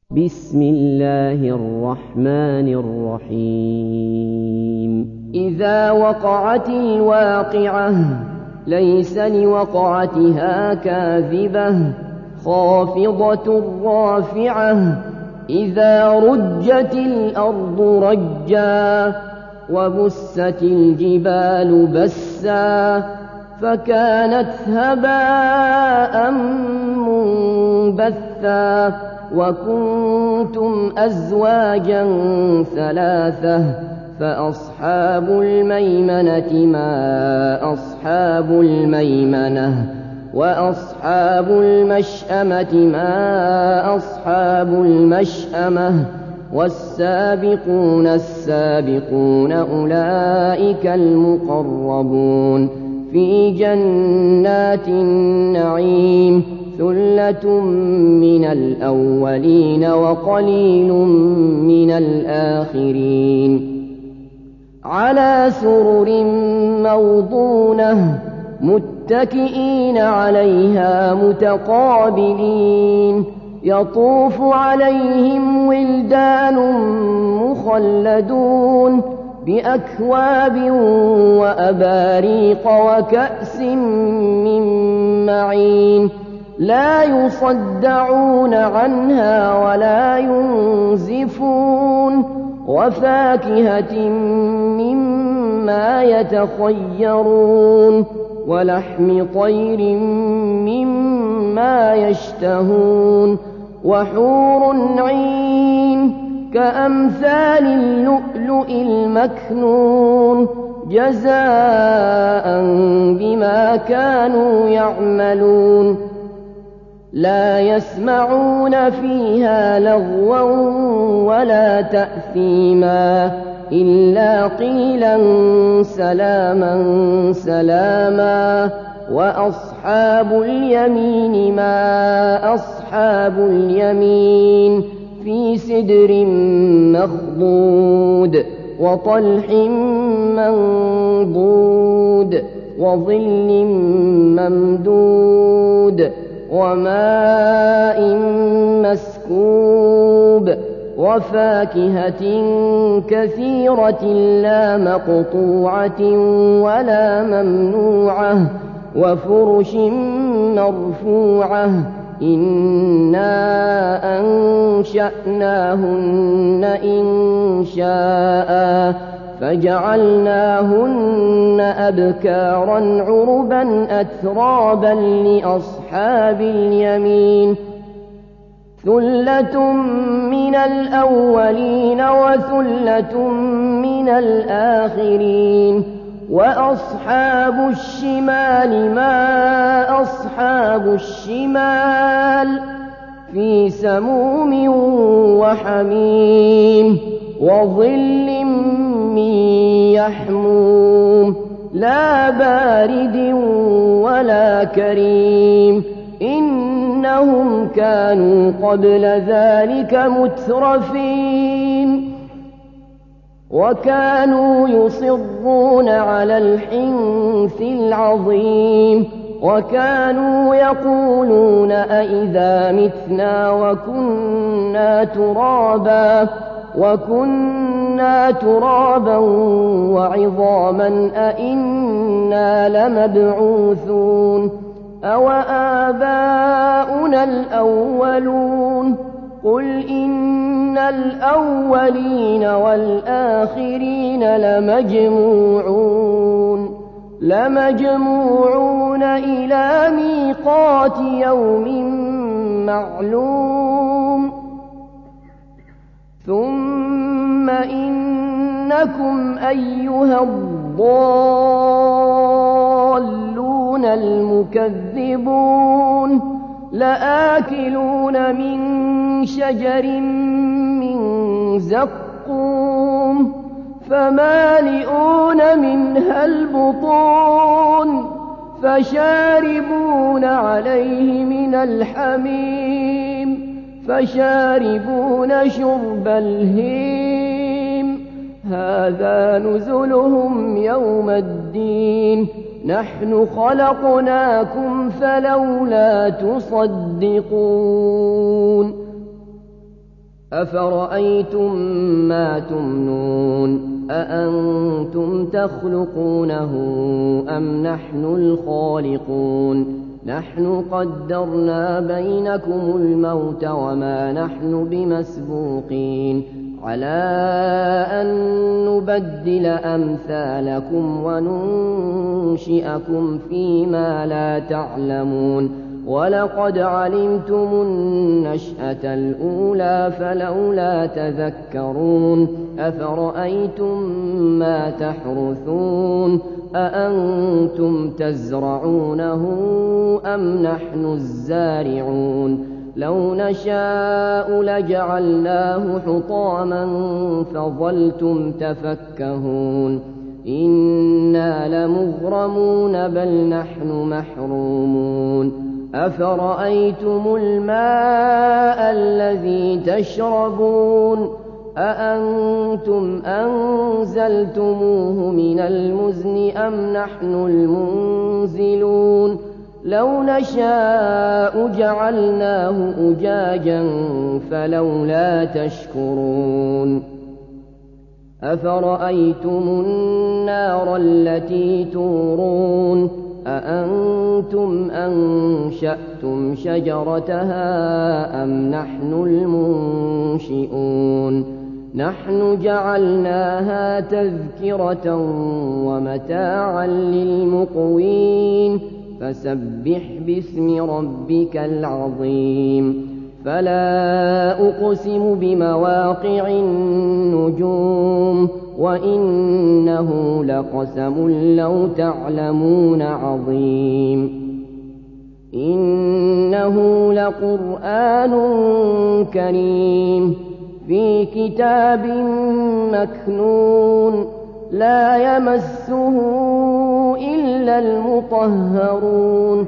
بسم الله الرحمن الرحيم إذا وقعت الواقعة ليس لوقعتها كاذبة خافضة رافعة إذا رجت الأرض رجا وبست الجبال بسا فكانت هباء منبثا وكنتم أزواجا ثلاثة فأصحاب الميمنة ما أصحاب الميمنة وأصحاب المشأمة ما أصحاب المشأمة والسابقون السابقون أولئك المقربون في جنات النعيم ثلة من الأولين وقليل من الآخرين على سرر موضونة متكئين عليها متقابلين يطوف عليهم ولدان مخلدون بأكواب وأباريق وكأس من معين لا يصدعون عنها ولا ينزفون وفاكهة مما يتخيرون ولحم طير مما يشتهون وحور عين كأمثال اللؤلؤ المكنون جزاء بما كانوا يعملون لا يسمعون فيها لغوا ولا تأثيما إلا قيلا سلاما سلاما وأصحاب اليمين ما أصحاب اليمين في سدر مخضود وطلح منضود وظل ممدود وماء مسكوب وفاكهة كثيرة لا مقطوعة ولا ممنوعة وفرش مرفوعة إنا أنشأناهن إنشاء فجعلناهن أبكارا عربا أترابا لأصحاب اليمين ثلة من الأولين وثلة من الآخرين وأصحاب الشمال ما أصحاب الشمال في سموم وحميم وظل من يحموم لا بارد ولا كريم إنهم كانوا قبل ذلك مترفين وكانوا يصرون على الحنث العظيم وكانوا يقولون أئذا متنا وكنا ترابا وعظاما أئنا لمبعوثون أو آباؤنا الأولون قل إن الأولين والآخرين لمجموعون إلى ميقات يوم معلوم ثم إنكم أيها الضالون المكذبون لآكلون من شجر من زقوم فمالئون منها البطون فشاربون عليه من الحميم فشاربون شرب الهيم هذا نزلهم يوم الدين نحن خلقناكم فلولا تصدقون أفرأيتم ما تمنون أأنتم تخلقونه أم نحن الخالقون نحن قدرنا بينكم الموت وما نحن بمسبوقين على أن نبدل أمثالكم وننشئكم فيما لا تعلمون ولقد علمتم النشأة الأولى فلولا تذكرون أفرأيتم ما تحرثون أأنتم تزرعونه أم نحن الزارعون لو نشاء لجعلناه حطاما فظلتم تفكهون إنا لمغرمون بل نحن محرومون أفرأيتم الماء الذي تشربون أأنتم أنزلتموه من المزن أم نحن المنزلون لو نشاء جعلناه أجاجا فلولا تشكرون أفرأيتم النار التي تورون أأنتم أنشأتم شجرتها أم نحن المنشئون نحن جعلناها تذكرة ومتاعا للمقوين فسبح باسم ربك العظيم فلا أقسم بمواقع النجوم وإنه لقسم لو تعلمون عظيم إنه لقرآن كريم في كتاب مكنون لا يمسه إلا المطهرون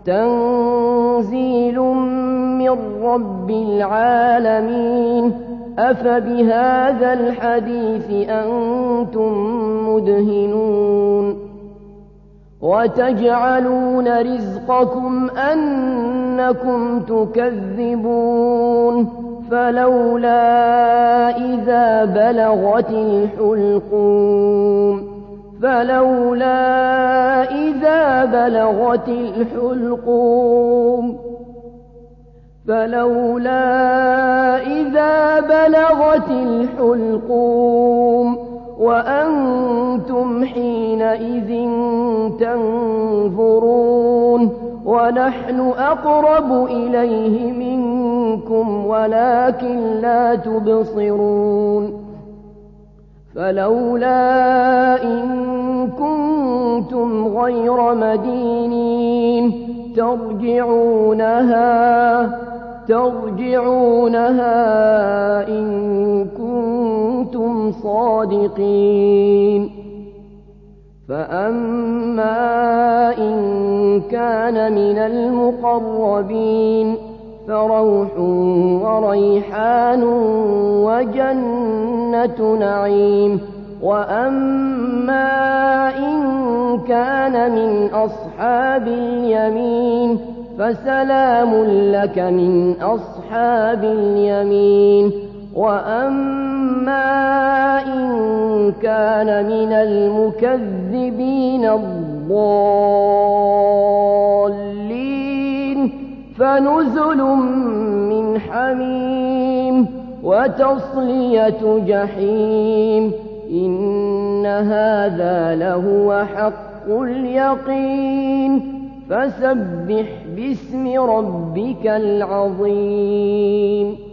تنزيل من رب العالمين أفبهذا الحديث أنتم مدهنون وتجعلون رزقكم أنكم تكذبون فلولا إذا بلغت الحلقوم فلولا إذا بلغت الحلقوم وأنتم حينئذ تنظرون ونحن أقرب إليه منكم ولكن لا تبصرون فلولا إن كنتم غير مدينين ترجعونها إن كنتم صادقين فأما إن كان من المقربين فروح وريحان وجنة نعيم وأما إن كان من أصحاب اليمين فسلام لك من أصحاب اليمين وأما إن كان من المكذبين الضالين فنزل من حميم وتصلية جحيم إن هذا لهو حق اليقين فسبح باسم ربك العظيم